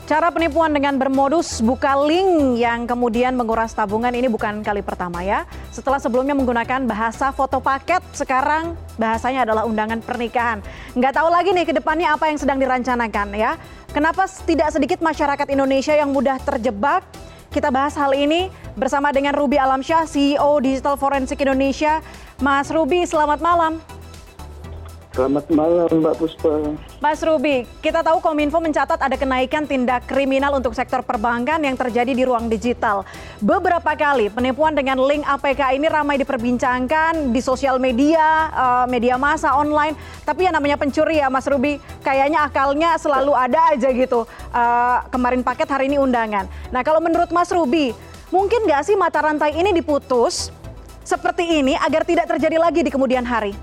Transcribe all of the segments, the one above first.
Cara penipuan dengan bermodus buka link yang kemudian menguras tabungan ini bukan kali pertama ya. Setelah sebelumnya menggunakan bahasa foto paket, sekarang bahasanya adalah undangan pernikahan. Nggak tahu lagi nih ke depannya apa yang sedang dirancanakan ya. Kenapa tidak sedikit masyarakat Indonesia yang mudah terjebak? Kita bahas hal ini bersama dengan Ruby Alamsyah, CEO Digital Forensik Indonesia. Mas Ruby, selamat malam. Selamat malam Mbak Puspa. Mas Ruby, kita tahu Kominfo mencatat ada kenaikan tindak kriminal untuk sektor perbankan yang terjadi di ruang digital. Beberapa kali penipuan dengan link APK ini ramai diperbincangkan di sosial media, media massa online. Tapi yang namanya pencuri ya Mas Ruby, kayaknya akalnya selalu ada aja gitu. Kemarin paket, hari ini undangan. Nah kalau menurut Mas Ruby, mungkin nggak sih mata rantai ini diputus seperti ini agar tidak terjadi lagi di kemudian hari?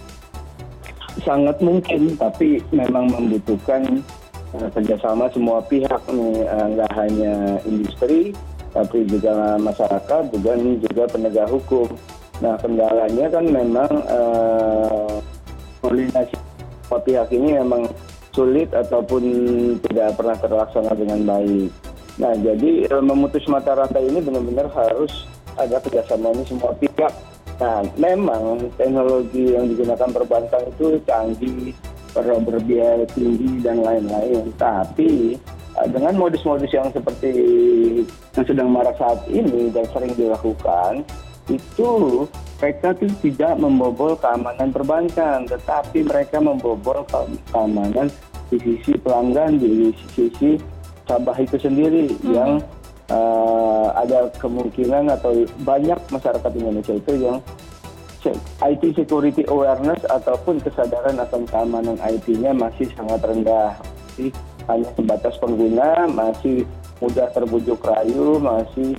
Sangat mungkin, tapi memang membutuhkan kerjasama semua pihak nih, nggak hanya industri, tapi juga masyarakat, juga penegak hukum. Nah, kendalanya kan memang koordinasi semua pihak ini memang sulit ataupun tidak pernah terlaksana dengan baik. Nah, jadi memutus mata rantai ini benar-benar harus ada kerjasama ini semua pihak. Nah, memang teknologi yang digunakan perbankan itu canggih, berbiaya tinggi dan lain-lain. Tapi dengan modus-modus yang seperti yang sedang marak saat ini dan sering dilakukan, itu mereka tidak membobol keamanan perbankan, tetapi mereka membobol keamanan di sisi pelanggan, di sisi nasabah itu sendiri yang ada kemungkinan atau banyak masyarakat Indonesia itu yang IT security awareness ataupun kesadaran akan keamanan IT-nya masih sangat rendah. Masih hanya sebatas pengguna, masih mudah terbujuk rayu, masih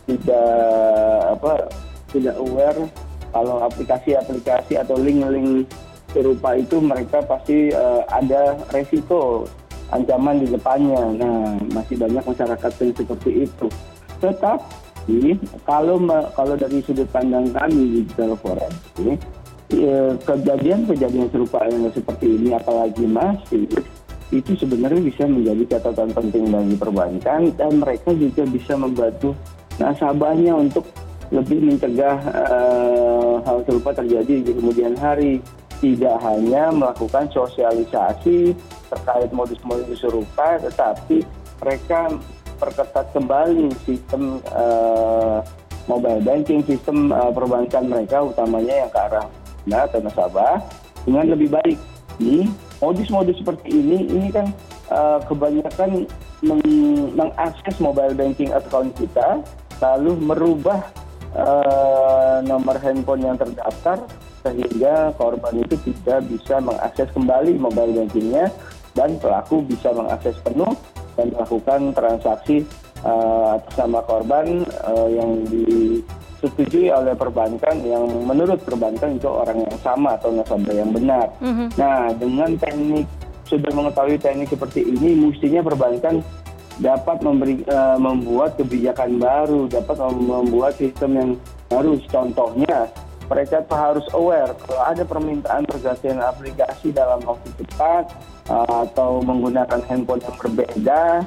tidak aware kalau aplikasi-aplikasi atau link-link serupa itu mereka pasti ada resiko ancaman di depannya. Nah, masih banyak masyarakat yang seperti itu. Tetapi kalau dari sudut pandang kami digital forensik, kejadian serupa yang seperti ini apalagi masih itu sebenarnya bisa menjadi catatan penting bagi perbankan dan mereka juga bisa membantu nasabahnya untuk lebih mencegah hal serupa terjadi di kemudian hari. Tidak hanya melakukan sosialisasi terkait modus-modus serupa, tetapi mereka perketat kembali sistem mobile banking, sistem perbankan mereka, utamanya yang ke arah atau nasabah, dengan lebih baik. Ini modus-modus seperti ini kan kebanyakan mengakses mobile banking account kita, lalu merubah nomor handphone yang terdaftar, sehingga korban itu tidak bisa mengakses kembali mobile bankingnya dan pelaku bisa mengakses penuh dan melakukan transaksi atas nama korban yang disetujui oleh perbankan yang menurut perbankan itu orang yang sama atau nasabah yang benar. Nah, dengan sudah mengetahui teknik seperti ini, mestinya perbankan dapat membuat kebijakan baru, dapat membuat sistem yang baru. Contohnya, mereka harus aware kalau ada permintaan pergantian aplikasi dalam waktu cepat atau menggunakan handphone yang berbeda,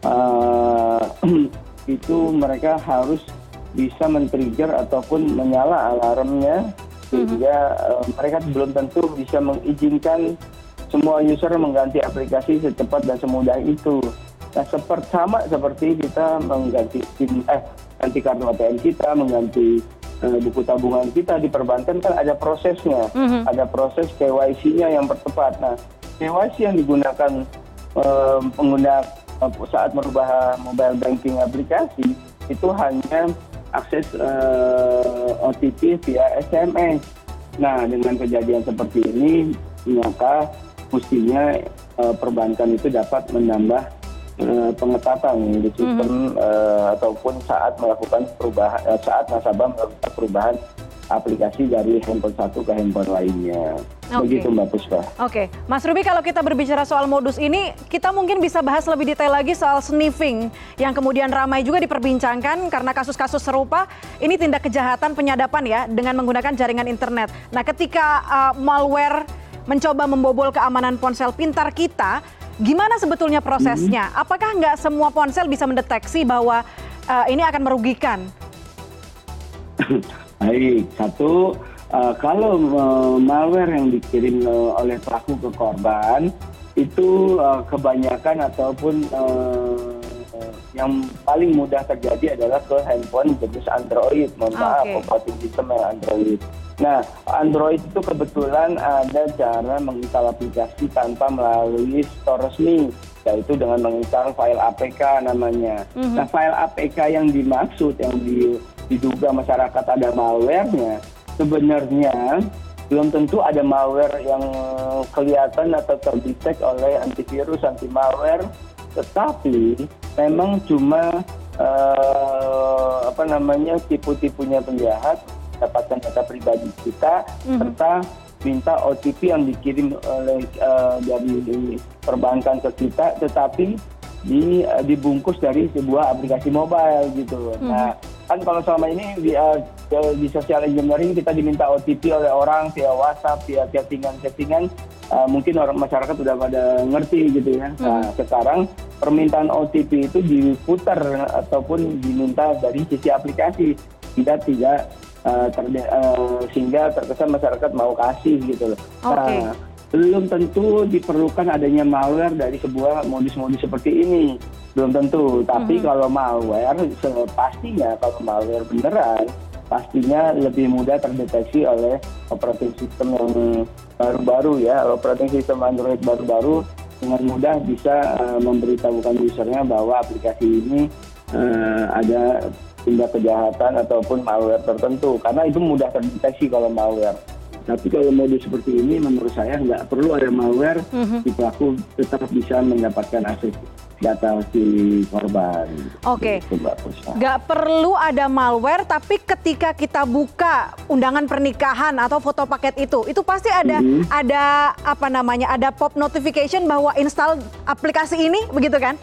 itu mereka harus bisa men-trigger ataupun menyala alarmnya sehingga mereka belum tentu bisa mengizinkan semua user mengganti aplikasi secepat dan semudah itu. Nah, sama seperti kita mengganti kartu ATM kita, mengganti buku tabungan kita di perbankan kan ada prosesnya, ada proses KYC-nya yang tepat. Nah, KYC yang digunakan pengguna saat merubah mobile banking aplikasi itu hanya akses OTP via SMS. Nah, dengan kejadian seperti ini, maka mestinya perbankan itu dapat menambah pengetatan di sistem ataupun saat melakukan perubahan, saat nasabah melakukan perubahan aplikasi dari handphone satu ke handphone lainnya. Begitu Mbak Puspa. Oke, Mas Ruby, kalau kita berbicara soal modus ini, kita mungkin bisa bahas lebih detail lagi soal sniffing yang kemudian ramai juga diperbincangkan karena kasus-kasus serupa. Ini tindak kejahatan penyadapan ya dengan menggunakan jaringan internet. Nah, ketika malware mencoba membobol keamanan ponsel pintar kita, Gimana sebetulnya prosesnya? Apakah nggak semua ponsel bisa mendeteksi bahwa ini akan merugikan? Baik, satu, kalau malware yang dikirim oleh pelaku ke korban itu kebanyakan ataupun yang paling mudah terjadi adalah ke handphone jenis Android, mohon maaf, operating system yang Android. Nah, Android itu kebetulan ada cara menginstal aplikasi tanpa melalui store resmi, yaitu dengan menginstal file APK namanya. Nah, file APK yang dimaksud, yang diduga masyarakat ada malware-nya, sebenarnya belum tentu ada malware yang kelihatan atau terdetek oleh antivirus, anti malware, tetapi memang cuma tipu-tipunya penjahat dapatkan data pribadi kita serta minta OTP yang dikirim oleh dari perbankan ke kita, tetapi dibungkus dari sebuah aplikasi mobile gitu. Nah, kan kalau selama ini di social engineering kita diminta OTP oleh orang via WhatsApp, via chattingan, mungkin orang masyarakat sudah pada ngerti gitu ya. Nah, sekarang permintaan OTP itu diputar ataupun diminta dari sisi aplikasi, sehingga terkesan masyarakat mau kasih gitu loh. Nah, belum tentu diperlukan adanya malware dari sebuah modus-modus seperti ini, belum tentu. Tapi kalau malware, pastinya kalau malware beneran, pastinya lebih mudah terdeteksi oleh operating system yang baru-baru ya. Operating system Android baru-baru dengan mudah bisa memberitahukan usernya bahwa aplikasi ini ada tindak kejahatan ataupun malware tertentu, karena itu mudah terdeteksi kalau malware. Tapi kalau modus seperti ini menurut saya nggak perlu ada malware, si pelaku tetap bisa mendapatkan akses data si korban. Nggak perlu ada malware, tapi ketika kita buka undangan pernikahan atau foto paket itu pasti ada ada pop notification bahwa install aplikasi ini, begitu kan?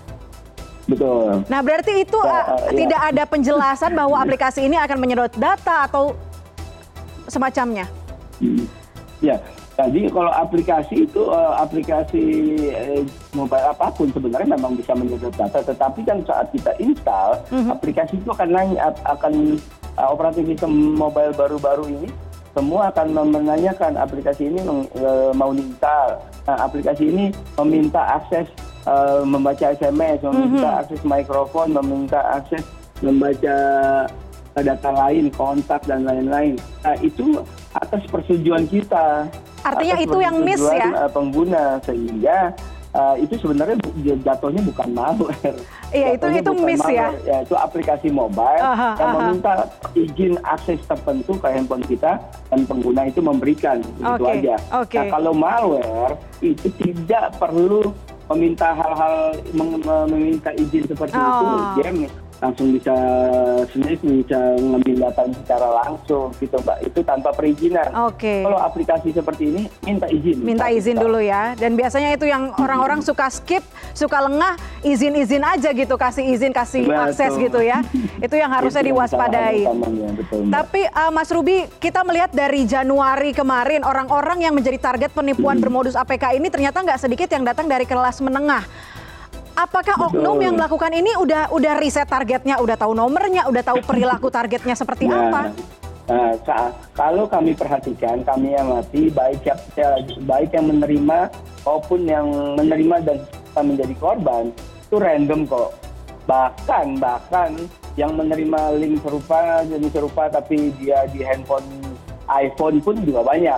Betul. Nah, berarti itu tidak ada penjelasan bahwa aplikasi ini akan menyedot data atau semacamnya. Ya, jadi kalau aplikasi itu aplikasi mobile apapun sebenarnya memang bisa menyedot data, tetapi kan saat kita install aplikasi itu akan operating system mobile baru-baru ini semua akan menanyakan aplikasi ini mau diinstal. Nah, aplikasi ini meminta akses membaca SMS, meminta akses mikrofon, meminta akses membaca data lain, kontak dan lain-lain. Nah, itu atas persetujuan kita. Artinya itu yang miss ya? Pengguna, sehingga itu sebenarnya jatuhnya bukan malware. Iya, itu miss ya? Ya, itu aplikasi mobile yang meminta izin akses tertentu ke handphone kita dan pengguna itu memberikan, begitu aja. Nah, kalau malware itu tidak perlu meminta hal-hal meminta izin seperti itu, dia langsung bisa ngambil data secara langsung gitu, Mbak. Itu tanpa perizinan. Kalau aplikasi seperti ini minta izin dulu ya. Dan biasanya itu yang orang-orang suka skip, suka lengah, izin aja gitu, kasih akses gitu ya. Itu yang harusnya diwaspadai. Betul, tapi Mas Ruby, kita melihat dari Januari kemarin orang-orang yang menjadi target penipuan bermodus APK ini ternyata nggak sedikit yang datang dari kelas menengah. Apakah oknum yang melakukan ini udah riset targetnya, udah tahu nomornya, udah tahu perilaku targetnya seperti apa? Kalau kami perhatikan, kami amati baik yang menerima maupun yang menerima dan menjadi korban itu random kok. Bahkan yang menerima link jenis serupa tapi dia di handphone iPhone pun juga banyak.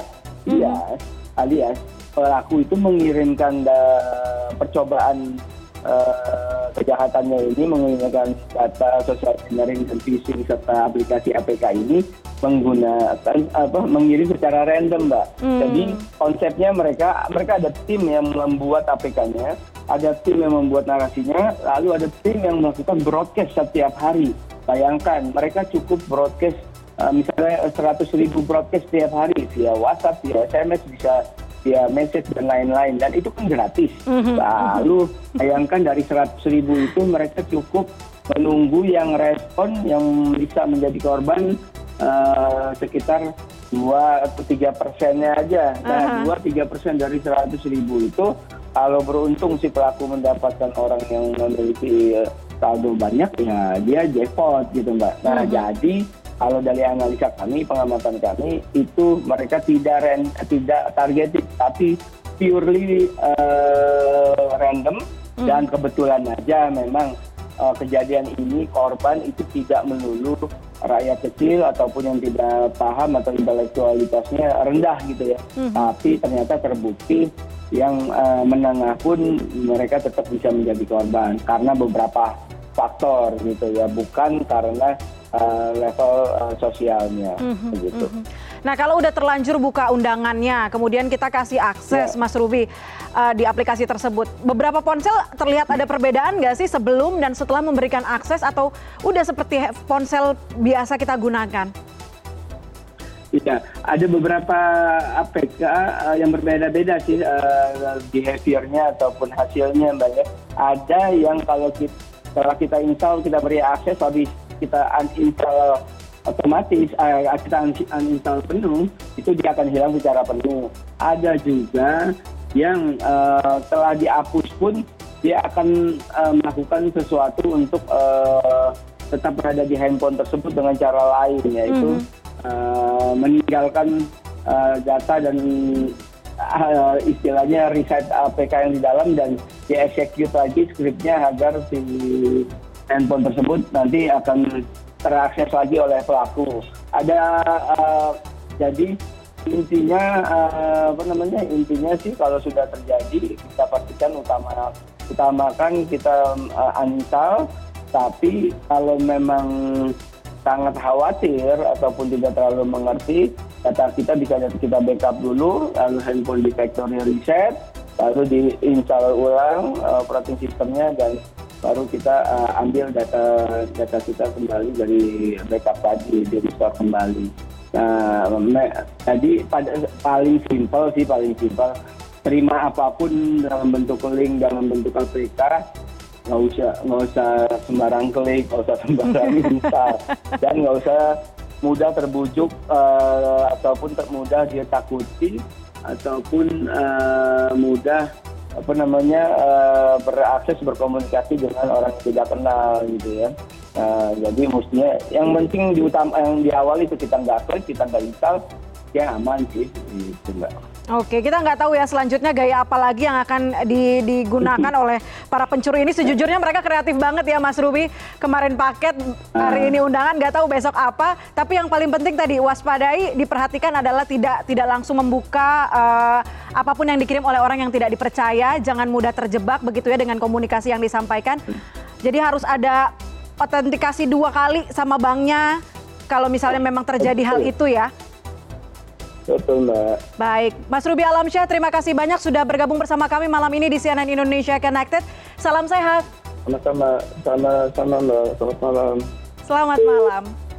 Alias pelaku itu mengirimkan percobaan kejahatannya ini menggunakan data social engineering dan phishing serta aplikasi APK ini menggunakan mengirim secara random, Mbak. Jadi konsepnya mereka ada tim yang membuat APK-nya, ada tim yang membuat narasinya, lalu ada tim yang melakukan broadcast setiap hari. Bayangkan mereka cukup broadcast misalnya 100.000 broadcast setiap hari via WhatsApp, via SMS, bisa via message dan lain-lain, dan itu kan gratis. Lalu bayangkan dari 100.000 itu mereka cukup menunggu yang respon yang bisa menjadi korban sekitar 2 atau 3%-nya aja. Nah, 2-3% dari 100.000 itu kalau beruntung si pelaku mendapatkan orang yang memiliki saldo banyak, ya dia jackpot gitu Mbak. Nah jadi kalau dari analisa kami, pengamatan kami, itu mereka tidak targeted, tapi purely random dan kebetulan aja memang kejadian ini korban itu tidak melulu rakyat kecil ataupun yang tidak paham atau intelektualitasnya rendah gitu ya. Tapi ternyata terbukti yang menengah pun mereka tetap bisa menjadi korban karena beberapa faktor gitu ya, bukan karena level sosialnya begitu. Nah kalau udah terlanjur buka undangannya, kemudian kita kasih akses Mas Ruby di aplikasi tersebut, beberapa ponsel terlihat ada perbedaan nggak sih sebelum dan setelah memberikan akses, atau udah seperti ponsel biasa kita gunakan? Iya, ada beberapa APK yang berbeda-beda sih behavior-nya ataupun hasilnya Mbak ya. Ada yang setelah kita install, kita beri akses, habis kita uninstall otomatis, kita uninstall penuh, itu dia akan hilang secara penuh. Ada juga yang telah dihapus pun dia akan melakukan sesuatu untuk tetap berada di handphone tersebut dengan cara lain, yaitu meninggalkan data dan istilahnya reset APK yang di dalam dan di-execute lagi skripnya agar si handphone tersebut nanti akan terakses lagi oleh pelaku. Ada jadi intinya intinya sih kalau sudah terjadi kita pastikan utamakan kita uninstall, tapi kalau memang sangat khawatir ataupun tidak terlalu mengerti, data kita bisa kita backup dulu, lalu handphone di factory reset, baru diinstal ulang operating sistemnya, dan baru kita ambil data kita kembali dari backup tadi, di restore kembali. Nah, jadi paling simpel, terima apapun dalam bentuk link, dalam bentuk APK, nggak usah sembarang klik, nggak usah sembarang install, dan nggak usah mudah terbujuk ataupun mudah dia takuti ataupun mudah berakses berkomunikasi dengan orang yang tidak kenal gitu ya. Jadi mestinya yang penting yang di awal itu kita nggak klik, kita nggak install, ya aman sih gitu Mbak. Oke, kita nggak tahu ya selanjutnya gaya apa lagi yang akan digunakan oleh para pencuri ini. Sejujurnya mereka kreatif banget ya Mas Ruby. Kemarin paket, hari ini undangan, nggak tahu besok apa. Tapi yang paling penting tadi waspadai, diperhatikan adalah tidak langsung membuka apapun yang dikirim oleh orang yang tidak dipercaya. Jangan mudah terjebak begitu ya dengan komunikasi yang disampaikan. Jadi harus ada autentikasi 2 kali sama banknya kalau misalnya memang terjadi hal itu ya. Betul Mbak. Baik, Mas Ruby Alamsyah, terima kasih banyak sudah bergabung bersama kami malam ini di CNN Indonesia Connected. Salam sehat. Sama-sama Mbak. Selamat malam. Selamat malam.